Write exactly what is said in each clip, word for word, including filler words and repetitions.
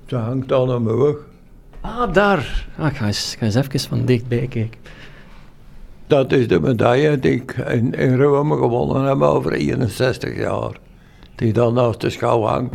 Ze hangt aan aan mijn rug. Ah, daar. Ah, ik ga eens, ga eens even van dichtbij kijken. Dat is de medaille die ik in, in Rome gewonnen heb over eenenzestig jaar. Die dan naast de schouw hangt.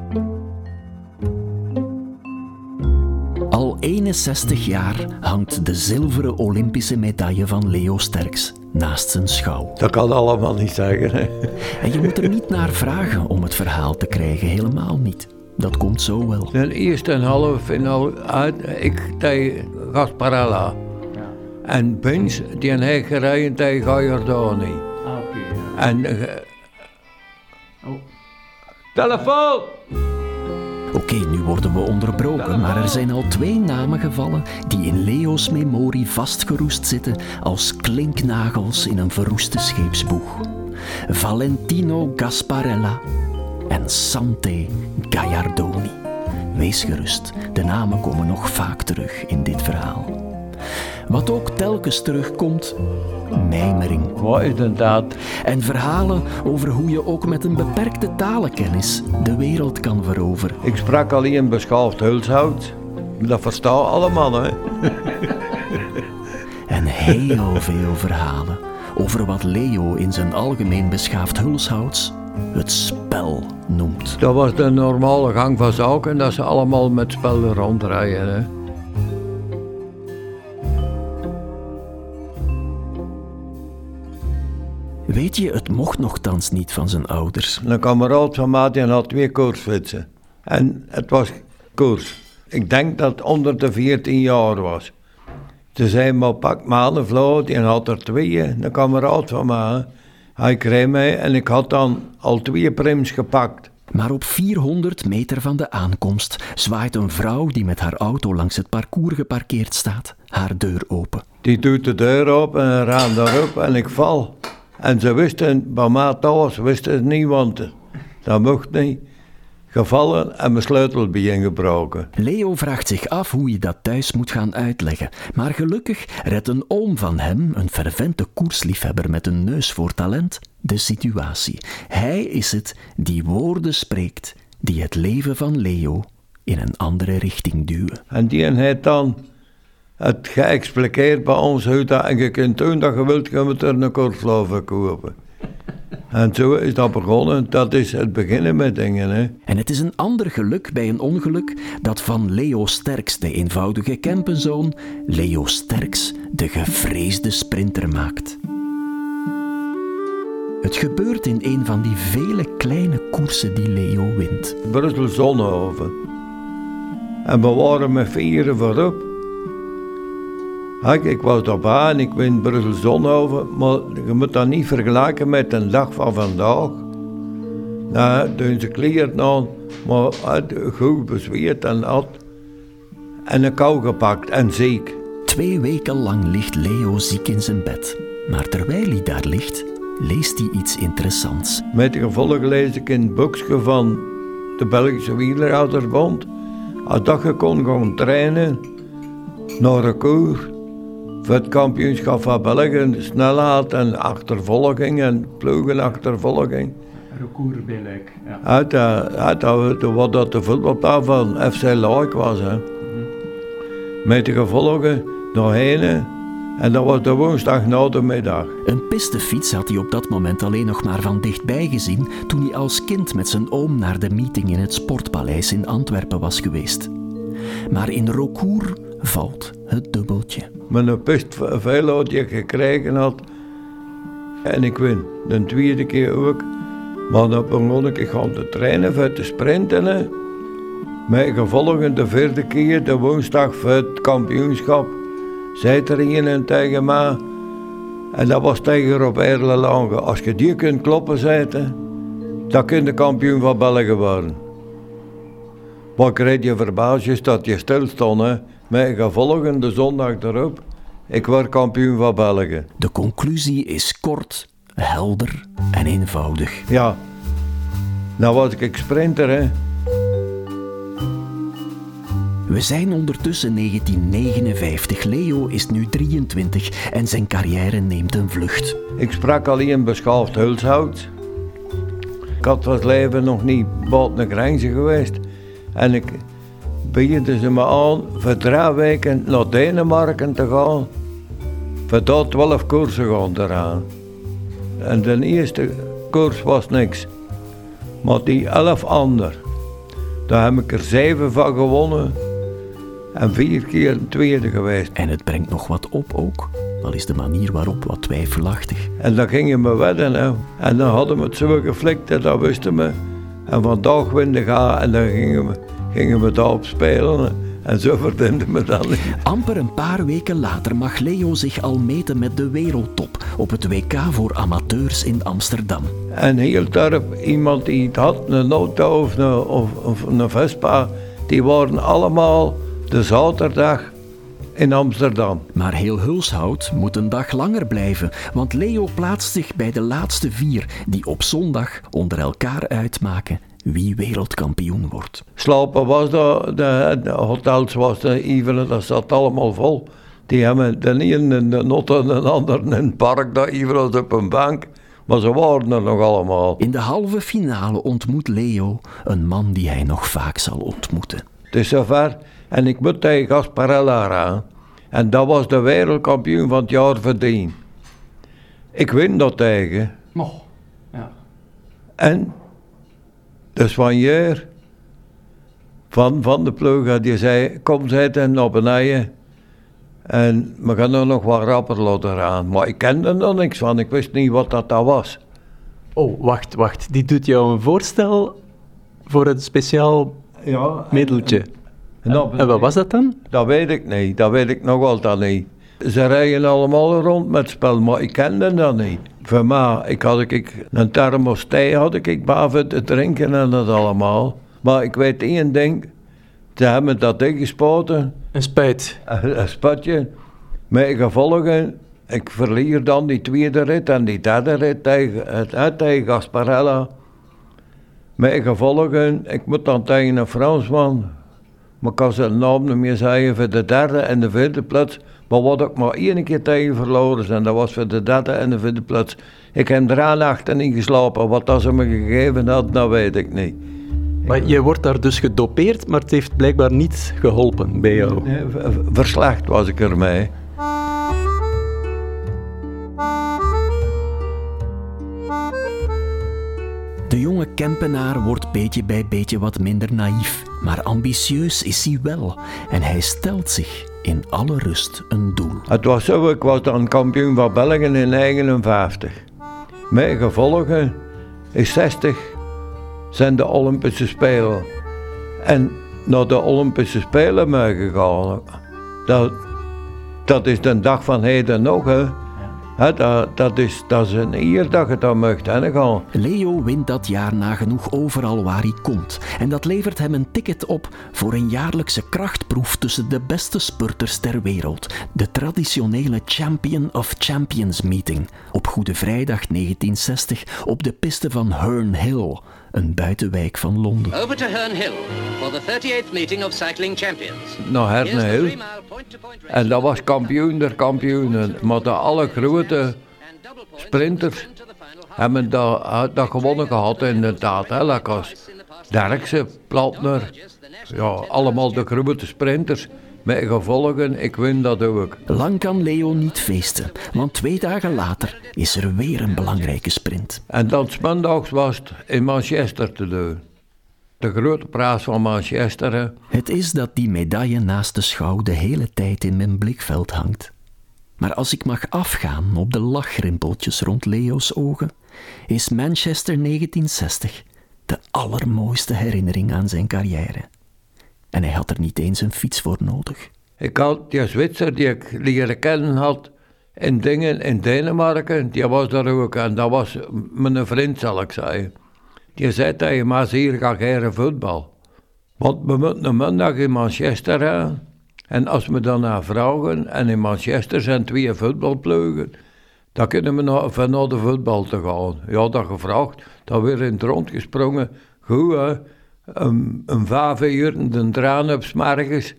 Al eenenzestig jaar hangt de zilveren Olympische medaille van Leo Sterckx naast zijn schouw. Dat kan allemaal niet zeggen. Hè. En je moet er niet naar vragen om het verhaal te krijgen, helemaal niet. Dat komt zo wel. De eerste en halve finale uit, ik tegen Gasparella. Ja. En Bins, die heeft gereden tegen Gajardoni. Ah, oké. Ja. En... Uh, Oh. Telefoon! Oké, nu worden we onderbroken, maar er zijn al twee namen gevallen die in Leo's memorie vastgeroest zitten als klinknagels in een verroeste scheepsboeg. Valentino Gasparella en Sante Gajardoni. Wees gerust, de namen komen nog vaak terug in dit verhaal. Wat ook telkens terugkomt, mijmering. Wat is een daad? En verhalen over hoe je ook met een beperkte talenkennis de wereld kan veroveren. Ik sprak alleen beschaafd Hulshout. Dat verstaan alle mannen. En heel veel verhalen over wat Leo in zijn algemeen beschaafd Hulshouts het spel noemt. Dat was de normale gang van zaken, dat ze allemaal met spellen rondrijden. Hè. Weet je, het mocht nogthans niet van zijn ouders. Een kameraad van mij die had twee koersfietsen. En het was koers. Ik denk dat het onder de veertien jaar was. Ze zei maar pak maanden vloot en had er twee. Een kameraad van mij. Hij kreeg mij en ik had dan al twee prims gepakt. Maar op vierhonderd meter van de aankomst zwaait een vrouw die met haar auto langs het parcours geparkeerd staat, haar deur open. Die doet de deur open en raam daarop en ik val. En ze wisten, bij mij thuis wisten het niet, want dat mocht niet. Gevallen en mijn sleutel bij ingebroken. Leo vraagt zich af hoe je dat thuis moet gaan uitleggen. Maar gelukkig redt een oom van hem, een fervente koersliefhebber met een neus voor talent, de situatie. Hij is het die woorden spreekt die het leven van Leo in een andere richting duwen. En die heeft dan het geëxpliqueerd bij ons hoe dat en je kunt doen dat je wilt, je moet er een korflauw verkopen. En zo is dat begonnen. Dat is het beginnen met dingen. Hè. En het is een ander geluk bij een ongeluk dat van Leo Sterckx, de eenvoudige Kempenzoon, Leo Sterckx, de gevreesde sprinter maakt. Het gebeurt in een van die vele kleine koersen die Leo wint. Brussel-Zonhoven. En we waren met vieren voorop. Ik was daarbij en ik win Brussel-Zonhoven, maar je moet dat niet vergelijken met de dag van vandaag. Nou, doen ze kleren aan, maar goed bezweerd en at. En een kou gepakt en ziek. Twee weken lang ligt Leo ziek in zijn bed. Maar terwijl hij daar ligt, leest hij iets interessants. Met gevolg lees ik in het boekje van de Belgische Wielerhoudersbond. Als dat je kon gaan trainen naar een koers. Voor het kampioenschap van België, snelheid en achtervolging en ploegenachtervolging. Recours bij Luik, ja. Uit, uit, uit wat dat de voetbalpaal van F C Luik was. Hè. Mm-hmm. Met de gevolgen nog heen. En dat was de woensdag na de middag. Een pistefiets had hij op dat moment alleen nog maar van dichtbij gezien toen hij als kind met zijn oom naar de meeting in het Sportpaleis in Antwerpen was geweest. Maar in Recours valt het dubbeltje. Met een pistvelo die ik gekregen had. En ik win. De tweede keer ook. Maar dan begon ik gaan te trainen voor te sprinten. Hè. Met gevolgen de vierde keer, de woensdag voor het kampioenschap. Zei er een tegen mij. En dat was tegen Robert Lelange. Als je die kunt kloppen, zei hij, dan kun je kampioen van België worden. Maar kreeg je verbaasjes dat je stilstond, hè. Met gevolgen de zondag erop. Ik word kampioen van België. De conclusie is kort, helder en eenvoudig. Ja, nou was ik sprinter, hè. We zijn ondertussen negentien negenenvijftig. Leo is nu drieëntwintig en zijn carrière neemt een vlucht. Ik sprak alleen beschaafd Hulshout. Ik had het leven nog niet buiten de grenzen geweest. En ik, begint ze me aan voor drie weken naar Denemarken te gaan. Voor daar twaalf koersen gaan eraan. En de eerste koers was niks. Maar die elf ander, daar heb ik er zeven van gewonnen. En vier keer een tweede geweest. En het brengt nog wat op ook. Al is de manier waarop wat twijfelachtig. En dan gingen we wedden. Hè. En dan hadden we het zo geflikt, dat wisten we. En vandaag winnen gaan en dan gingen we, gingen we daarop spelen. En zo verdienden we dan niet. Amper een paar weken later mag Leo zich al meten met de wereldtop op het W K voor amateurs in Amsterdam. En heel dorp, iemand die het had, een auto of een, of, of een Vespa, die waren allemaal de zaterdag in Amsterdam. Maar heel Hulshout moet een dag langer blijven, want Leo plaatst zich bij de laatste vier die op zondag onder elkaar uitmaken wie wereldkampioen wordt. Slapen was dat, de, de hotels was de Ivelen, dat zat allemaal vol. Die hebben de ene in de notte en de ander in het park, dat Ivelen op een bank. Maar ze waren er nog allemaal. In de halve finale ontmoet Leo een man die hij nog vaak zal ontmoeten. Het is zover en ik moet tegen Gasparella aan. En dat was de wereldkampioen van het jaar verdien. Ik win dat tegen. Oh, ja. En de soigneur van, van de ploeg, die zei, kom zitten naar beneden. En we gaan er nog wat rapper laten aan. Maar ik kende er niks van, ik wist niet wat dat, dat was. Oh, wacht, wacht. Die doet jou een voorstel voor een speciaal Ja, middeltje. En, en, En wat was dat dan? Dat weet ik niet, dat weet ik nog altijd niet. Ze rijden allemaal rond met spel, maar ik kende dat niet. Voor mij, ik had ik, een thermos thee had ik boven te drinken en dat allemaal. Maar ik weet één ding, ze hebben dat ingespoten. Een spuit. Een, een spatje, met gevolgen. Ik verlier dan die tweede rit en die derde rit tegen, het, tegen Gasparella. Met gevolgen, ik moet dan tegen een Fransman. Maar ik kan zijn naam niet meer zeggen voor de derde en de vierde plaats. Maar wat ik maar één keer tegen verloren en dat was voor de derde en de vierde plaats. Ik heb drie nachten niet geslapen. Wat dat ze me gegeven had, dat weet ik niet. Maar je wordt daar dus gedopeerd, maar het heeft blijkbaar niet geholpen bij jou. Nee, verslecht was ik ermee. De jonge Kempenaar wordt beetje bij beetje wat minder naïef. Maar ambitieus is hij wel. En hij stelt zich in alle rust een doel. Het was zo, ik was dan kampioen van België in negenenvijftig. Met gevolgen in zestig zijn de Olympische Spelen. En naar de Olympische Spelen meegegaan. Dat, dat is de dag van heden nog, hè. He, dat, dat, is, dat is een eer dat je daar mag heen gaan. Leo wint dat jaar nagenoeg overal waar hij komt. En dat levert hem een ticket op voor een jaarlijkse krachtproef tussen de beste spurters ter wereld. De traditionele Champion of Champions meeting. Op Goede Vrijdag negentien zestig op de piste van Herne Hill, een buitenwijk van Londen. Over to Herne Hill for the thirty-eighth meeting of Cycling Champions. Naar Herne Hill. En dat was kampioen der kampioenen. Maar de alle grote sprinters hebben dat, dat gewonnen gehad inderdaad. Lekkers. Derksen, Platner, ja, allemaal de grote sprinters. Met gevolgen, ik win dat ook. Lang kan Leo niet feesten, want twee dagen later is er weer een belangrijke sprint. En dan 's maandags was het in Manchester te doen. De grote prijs van Manchester. Hè. Het is dat die medaille naast de schouw de hele tijd in mijn blikveld hangt. Maar als ik mag afgaan op de lachrimpeltjes rond Leo's ogen, is Manchester negentien zestig de allermooiste herinnering aan zijn carrière. En hij had er niet eens een fiets voor nodig. Ik had die Zwitser die ik leren kennen had in dingen in Denemarken, die was daar ook. En dat was mijn vriend, zal ik zeggen. Die zei tegen mij, hier ga geen voetbal. Want we moeten een maandag in Manchester gaan. En als we dan naar vragen, en in Manchester zijn twee voetbalploegen, dan kunnen we naar, van naar de voetbal te gaan. Ja, dat gevraagd, dan weer in het rond gesprongen. Goed, hè. Een, een vijf uur, de traan op 's morgens.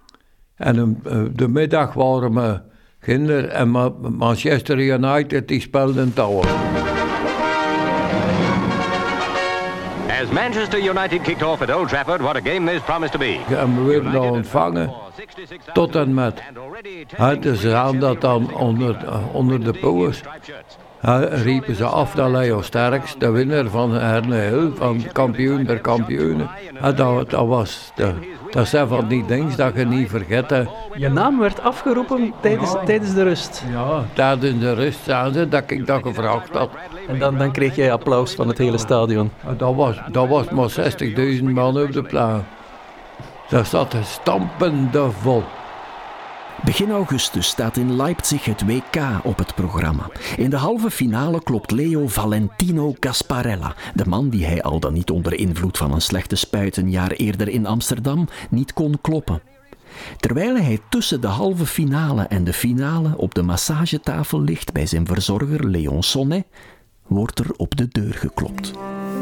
En een, de middag waren we kinderen en Manchester United die speelden touwen. As Manchester United kicked off at Old Trafford, what a game this promised to be. En we werden nog ontvangen tot en met. Het is aan dat dan onder, onder de poos riepen ze af dat Leo Sterks, de winnaar van Herne Hill, van kampioen der kampioenen. En dat, dat was de, dat zijn van die dingen dat je niet vergeet. Je naam werd afgeroepen tijdens, ja. tijdens de rust. Ja, tijdens de rust zagen ze dat ik dat gevraagd had. En dan, dan kreeg jij applaus van het hele stadion. Dat was, dat was maar zestigduizend man op de plaats. Dat zat stampende vol. Begin augustus staat in Leipzig het W K op het programma. In de halve finale klopt Leo Valentino Gasparella, de man die hij al dan niet onder invloed van een slechte spuit een jaar eerder in Amsterdam niet kon kloppen. Terwijl hij tussen de halve finale en de finale op de massagetafel ligt bij zijn verzorger Léon Sonnet, wordt er op de deur geklopt.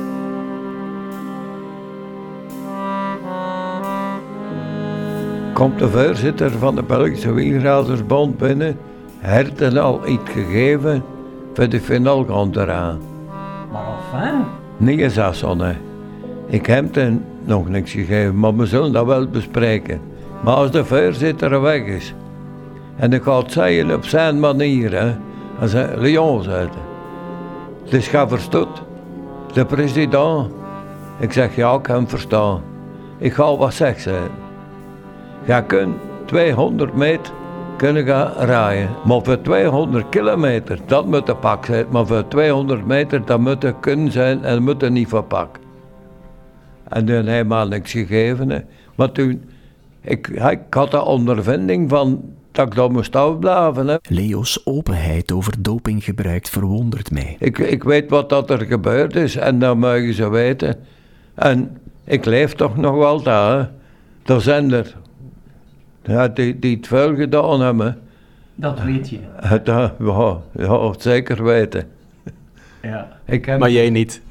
Komt de voorzitter van de Belgische Wielrennersbond binnen, heeft al iets gegeven voor de finale gaan eraan. Maar enfin? Nee, zei Sonnet. Ik heb hem nog niks gegeven, maar we zullen dat wel bespreken. Maar als de voorzitter weg is, en ik ga het zeggen op zijn manier, hè, en zei, Léon, zei hij, het is ga verstaan. De president, ik zeg, ja, ik heb hem verstaan. Ik ga wat zeggen, zei hij. Je kunt tweehonderd meter kunnen gaan rijden, maar voor tweehonderd kilometer, dat moet de pak zijn, maar voor tweehonderd meter, dat moet er kunnen zijn en moet er niet verpakken. En toen heeft hij niks gegeven, hè. Maar toen, ik, ik had de ondervinding van dat ik daar moest afblijven. Hè. Leo's openheid over dopinggebruik verwondert mij. Ik, ik weet wat dat er gebeurd is en dat mogen ze weten. En ik leef toch nog wel daar. Er zijn er ja, die, die het veel gedaan hebben. Dat weet je. Dat, ja, ja, zeker weten. Ja. Ik heb, maar jij niet.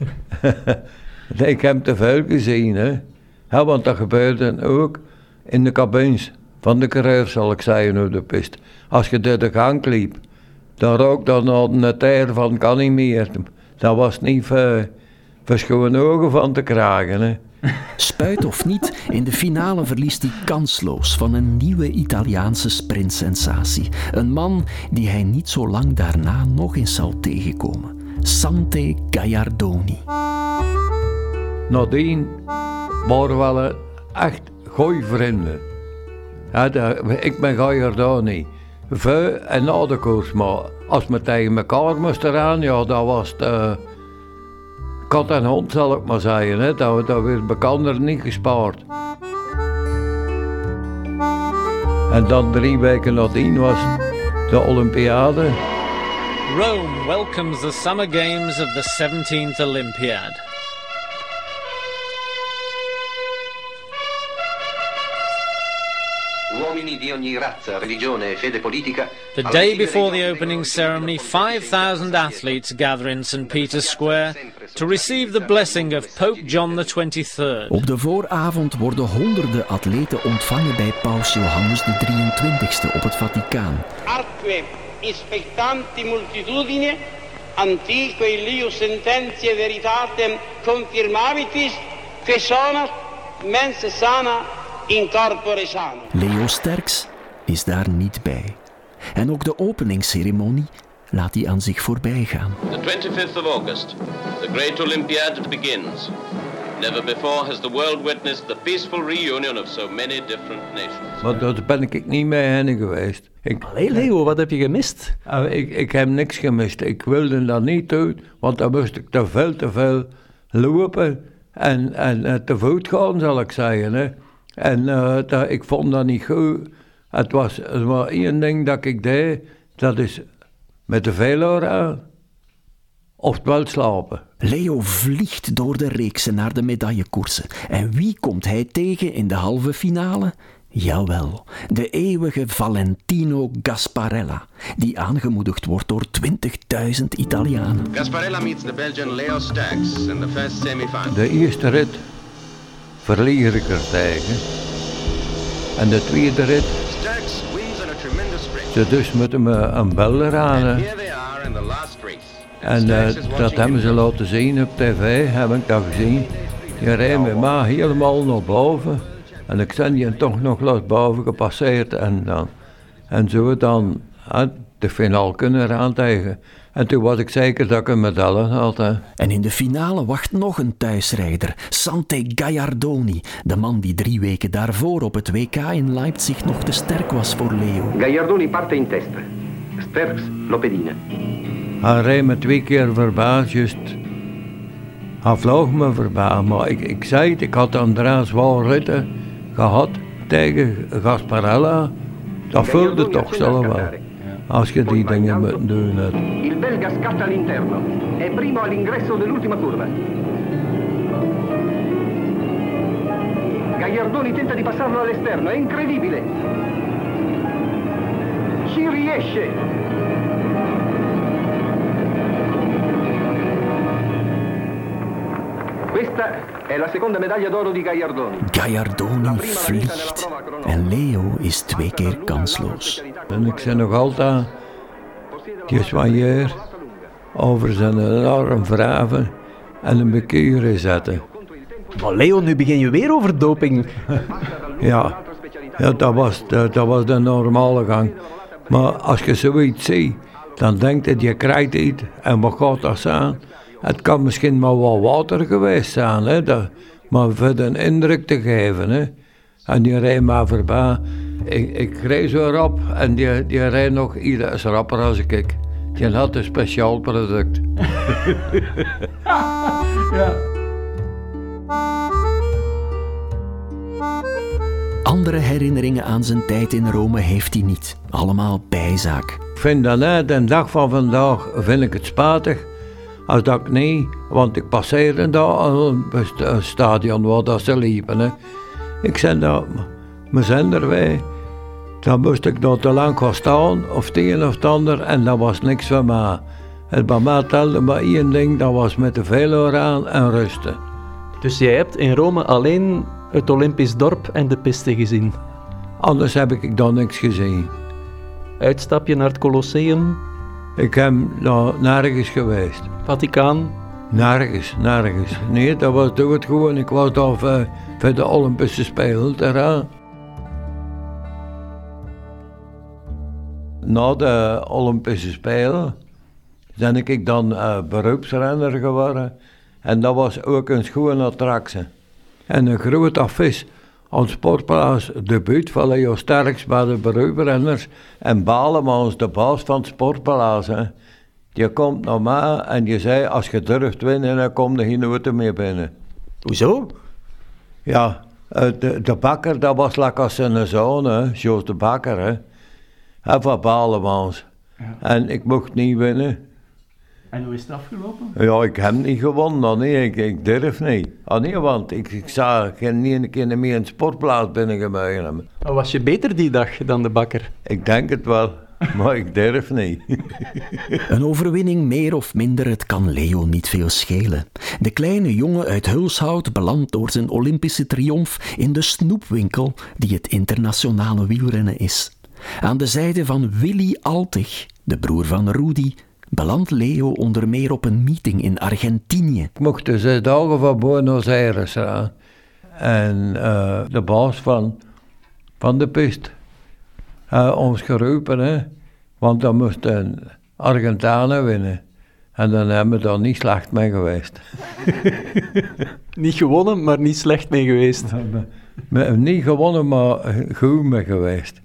Ik heb te veel gezien, hè. Ja, want dat gebeurde ook in de cabines van de coureurs, zal ik zeggen, op de piste. Als je door de gang liep, dan rook dan al een teer van kan niet meer. Dat was niet voor, voor schone ogen van te krijgen, hè. Spuit of niet, in de finale verliest hij kansloos van een nieuwe Italiaanse sprintsensatie. Een man die hij niet zo lang daarna nog eens zal tegenkomen. Sante Gaiardoni. Nadien waren we echt goeie vrienden. Ja, dat, ik ben Gaiardoni. Voor en na de koers, maar als we tegen elkaar moesten rijden, ja, dat was het, uh, kat en hond, zal ik maar zeggen. Hè. Dat, dat werd bekander niet gespaard. En dan drie weken nadien was de Olympiade. Rome welcomes the Summer Games of the seventeenth Olympiad. The day before the opening ceremony, five thousand athletes gather in Saint Peter's Square to receive the blessing of Pope John the twenty-third. Op de vooravond worden honderden atleten ontvangen bij Paus Johannes de drieëntwintigste op het Vaticaan. Arque expectanti multitudine, antico illio sententiae veritatem confirmavitis, que sonat mens sana in corpore sano. Leo Sterks is daar niet bij. En ook de openingsceremonie laat hij aan zich voorbij gaan. The twenty-fifth of August, the great Olympiad begins. Never before has the world witnessed the peaceful reunion of so many different nations. Maar daar ben ik niet mee heen geweest. Ik, Allee Leo, wat heb je gemist? Uh, ik, ik heb niks gemist. Ik wilde dat niet doen, want dan moest ik te veel, te veel lopen en, en uh, te voet gaan, zal ik zeggen. Hè. En uh, dat, ik vond dat niet goed. Het was, er was één ding dat ik deed, dat is met de velo aan, oftewel slapen. Leo vliegt door de reeksen naar de medaillekoersen. En wie komt hij tegen in de halve finale? Jawel, de eeuwige Valentino Gasparella, die aangemoedigd wordt door twintigduizend Italianen. Gasparella meets the Belgian Leo Sterks in the first semi-final. De eerste rit verlier ik er tegen. En de tweede rit, Sterks wins on a tremendous sprint. dus moeten we een bel eraan. And here they are in the last race. En uh, dat hebben ze laten zien op tv, heb ik dat gezien. Die reed met mij helemaal naar boven. En ik ben die toch nog los boven gepasseerd. En, dan, en zo dan hè, de finale kunnen eraan tegen. En toen was ik zeker dat ik een medaille had. Hè. En in de finale wacht nog een thuisrijder, Sante Gaiardoni. De man die drie weken daarvoor op het W K in Leipzig nog te sterk was voor Leo. Gaiardoni parte in testa. Sterks Lopedine. Hij reed me twee keer voorbij, juist. Hij vloog me voorbij, maar ik, ik zei het, ik had Andreas wel ritten gehad tegen Gasparella. Dat voelde toch zo wel. Als je die dingen moet doen hebt. Il belga scatta all'interno. È primo all'ingresso dell'ultima curva. Gaiardoni tenta di passarlo all'esterno, è incredibile. Ci riesce. Questa è la seconda medaglia d'oro di Gaiardoni. Gaiardoni vliegt en Leo is twee keer kansloos. En ik zei nog altijd, die soigneur over zijn enorm vraven en een bekeuren zetten. Maar Leo, nu begin je weer over doping. Ja, ja dat, was, dat, dat was de normale gang. Maar als je zoiets ziet, dan denkt je, je krijgt iets en wat gaat dat zijn? Het kan misschien maar wel water geweest zijn, hè, dat, maar voor een indruk te geven. Hè. En die reed maar voorbij. Ik, ik reed zo rap en die, die reed nog ieder rapper als ik. Die had een speciaal product. Ja. Andere herinneringen aan zijn tijd in Rome heeft hij niet. Allemaal bijzaak. Ik vind dat net de dag van vandaag vind ik het spijtig. Als dat ik niet, want ik passeerde daar een stadion waar dat ze liepen. Hè. Ik zei dat, mijn zender wij, dan moest ik daar te lang gaan staan, of het een of het ander, en dat was niks van mij. Het bij mij telde maar één ding, dat was met de velo aan en rusten. Dus jij hebt in Rome alleen het Olympisch dorp en de piste gezien? Anders heb ik dan niks gezien. Uitstapje naar het Colosseum? Ik heb daar nergens geweest. Vaticaan? Nergens, nergens. Nee, dat was toch het gewoon. Ik was daar voor, voor de Olympische Spelen eraan. Na de Olympische Spelen ben ik dan uh, beroepsrenner geworden. En dat was ook een schone attractie. En een groot affiche aan het sportplaats, debuut van Leo Sterks bij de beroepsrenners. En Balemans, de baas van het sportplaats, hè. Die komt naar mij en die zei, als je durft winnen, dan kom je hier nooit meer binnen. Hoezo? Ja, de, de bakker, dat was lekker als zijn zoon, hè, Jos de Bakker, hè. Hij van Balemans. Ja. En ik mocht niet winnen. En hoe is het afgelopen? Ja, ik heb niet gewonnen, dan nee, ik, ik durf niet. Ah, nee, want ik, ik zou geen ene keer meer in het sportplaats binnengemogen hebben. Was je beter die dag dan de bakker? Ik denk het wel, maar ik durf niet. Een overwinning meer of minder, het kan Leo niet veel schelen. De kleine jongen uit Hulshout belandt door zijn Olympische triomf in de snoepwinkel die het internationale wielrennen is. Aan de zijde van Willy Altig, de broer van Rudy, belandt Leo onder meer op een meeting in Argentinië. Ik mocht de zes dagen van Buenos Aires gaan. En uh, de baas van, van de pist uh, ons geroepen, hè, want dan moesten Argentijnen winnen. En dan hebben we daar niet slecht mee geweest. Niet gewonnen, maar niet slecht mee geweest. We, we hebben niet gewonnen, maar goed mee geweest.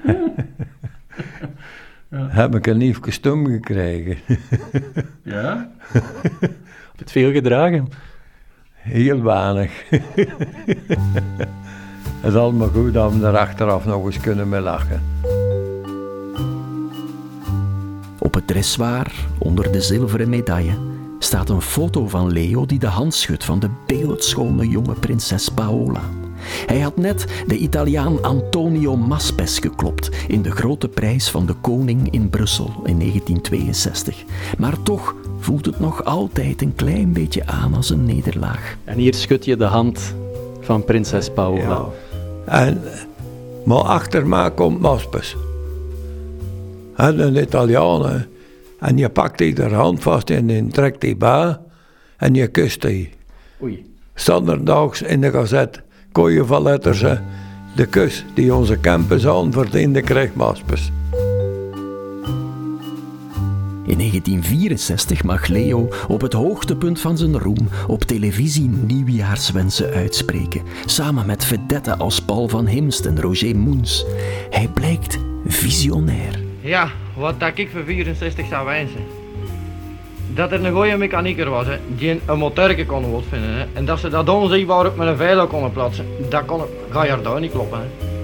Ja. Heb ik een liefje stom gekregen. Ja? Heb je het veel gedragen? Heel weinig. Het is allemaal goed dat we er achteraf nog eens kunnen mee lachen. Op het dressoir, onder de zilveren medaille, staat een foto van Leo die de hand schudt van de beeldschone jonge prinses Paola. Hij had net de Italiaan Antonio Maspes geklopt in de grote prijs van de koning in Brussel in negentien tweeënzestig. Maar toch voelt het nog altijd een klein beetje aan als een nederlaag. En hier schud je de hand van prinses Paola. Ja. En, maar achter mij komt Maspes. En een Italiaan. Hè. En je pakt die haar hand vast en je trekt die bij en je kust die. Oei. standaardaags in de gazette kon je van letters hè, de kus die onze campus aan verdiende krijgt maspers. In negentien vierenzestig mag Leo op het hoogtepunt van zijn roem op televisie nieuwjaarswensen uitspreken, samen met vedetten als Paul van Himst en Roger Moens. Hij blijkt visionair. Ja, wat dat ik voor vierenzestig zou wensen. Dat er een goede mechanieker was, hè, die een motorke kon uitvinden. Hè, en dat ze dat onzichtbaar op met een veiler konden plaatsen. Dat kon, ga je daar niet kloppen. Hè.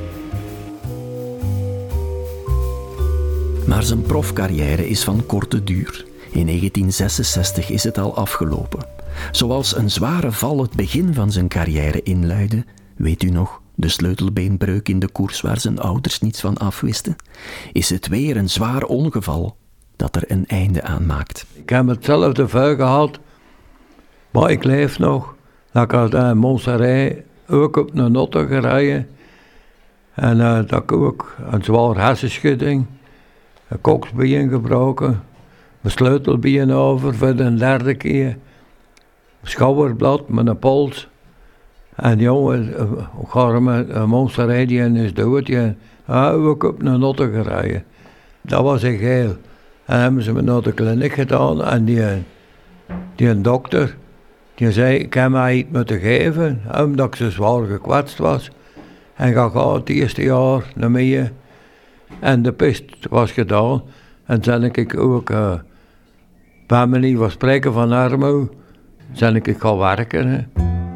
Maar zijn profcarrière is van korte duur. In negentien zesenzestig is het al afgelopen. Zoals een zware val het begin van zijn carrière inluidde, weet u nog, de sleutelbeenbreuk in de koers waar zijn ouders niets van afwisten, is het weer een zwaar ongeval dat er een einde aan maakt. Ik heb hetzelfde vuil gehad, maar ik leef nog. Ik had in Monsterij ook op een notte gereden. En uh, dat ik ook een zwaar hersenschudding, een koksbeen gebroken, mijn sleutelbeen over voor de derde keer, een schouderblad met een pols. En jongen, ik ga met een Monsterij die is dood, die had ook op een notte gereden. Dat was echt heel. En hebben ze me naar de kliniek gedaan en die, die dokter, die zei, ik heb mij iets moeten geven, omdat ik zo zwaar gekwetst was. En ik ga het eerste jaar naar mij. En de pist was gedaan. En toen ben ik ook, uh, bij manier van spreken van armoede, ben ik gaan werken. Hè.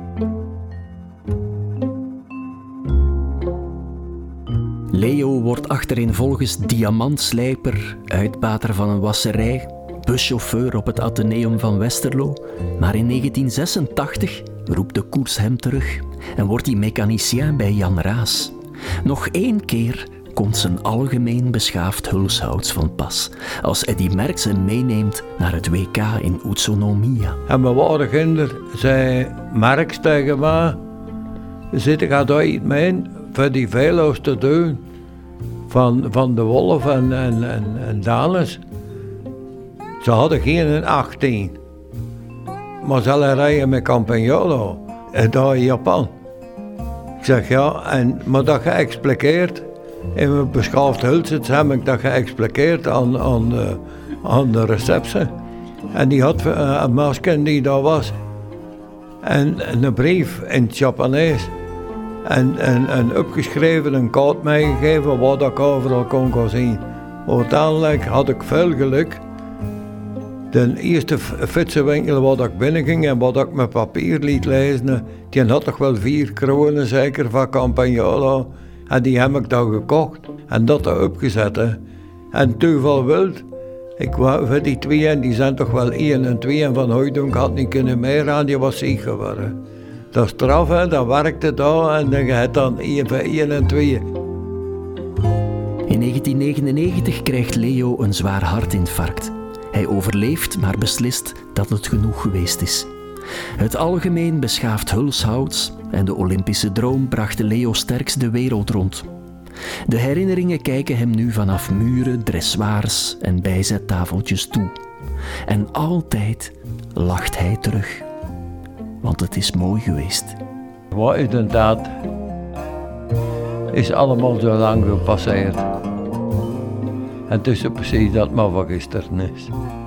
Leo wordt achtereenvolgens diamantslijper, uitbater van een wasserij, buschauffeur op het Atheneum van Westerlo. Maar in negentien zesentachtig roept de koers hem terug en wordt hij mechanicien bij Jan Raas. Nog één keer komt zijn algemeen beschaafd hulshouds van pas, als Eddy Merckx hem meeneemt naar het W K in Utsunomiya. En mijn waren kinder zei Merckx tegen mij, zit ik daar iets mee voor die velo's te doen van, van de Wolf en, en, en, en Danes. Ze hadden geen achttien, maar ze hadden rijden met Campagnolo, daar in Japan. Ik zeg ja, en, maar dat geëxpliqueerd, in mijn beschaafd hulsets heb ik dat geëxpliqueerd aan, aan, de, aan de receptie. En die had uh, een masker die daar was. En een brief in het Japanees. En, en, en opgeschreven, een kaart meegegeven wat ik overal kon gaan zien. Maar uiteindelijk had ik veel geluk. De eerste fietsenwinkel waar ik binnenging en wat ik met papier liet lezen, die had toch wel vier kronen zeker van Campagnolo. En die heb ik dan gekocht en dat er opgezet. Hè. En toeval wild, ik wou die twee en die zijn toch wel één en twee en van Hooydonk had niet kunnen meer aan, die was ziek geworden. Dat is straf, hè, dat werkte daar en dan gaat dan één voor één en twee. In negentien negenennegentig krijgt Leo een zwaar hartinfarct. Hij overleeft, maar beslist dat het genoeg geweest is. Het algemeen beschaafd hulshouds en de Olympische droom brachten Leo Sterckx de wereld rond. De herinneringen kijken hem nu vanaf muren, dressoirs en bijzettafeltjes toe. En altijd lacht hij terug. Want het is mooi geweest. Wat inderdaad is allemaal zo lang gepasseerd. En het is precies dat maar van gisteren is.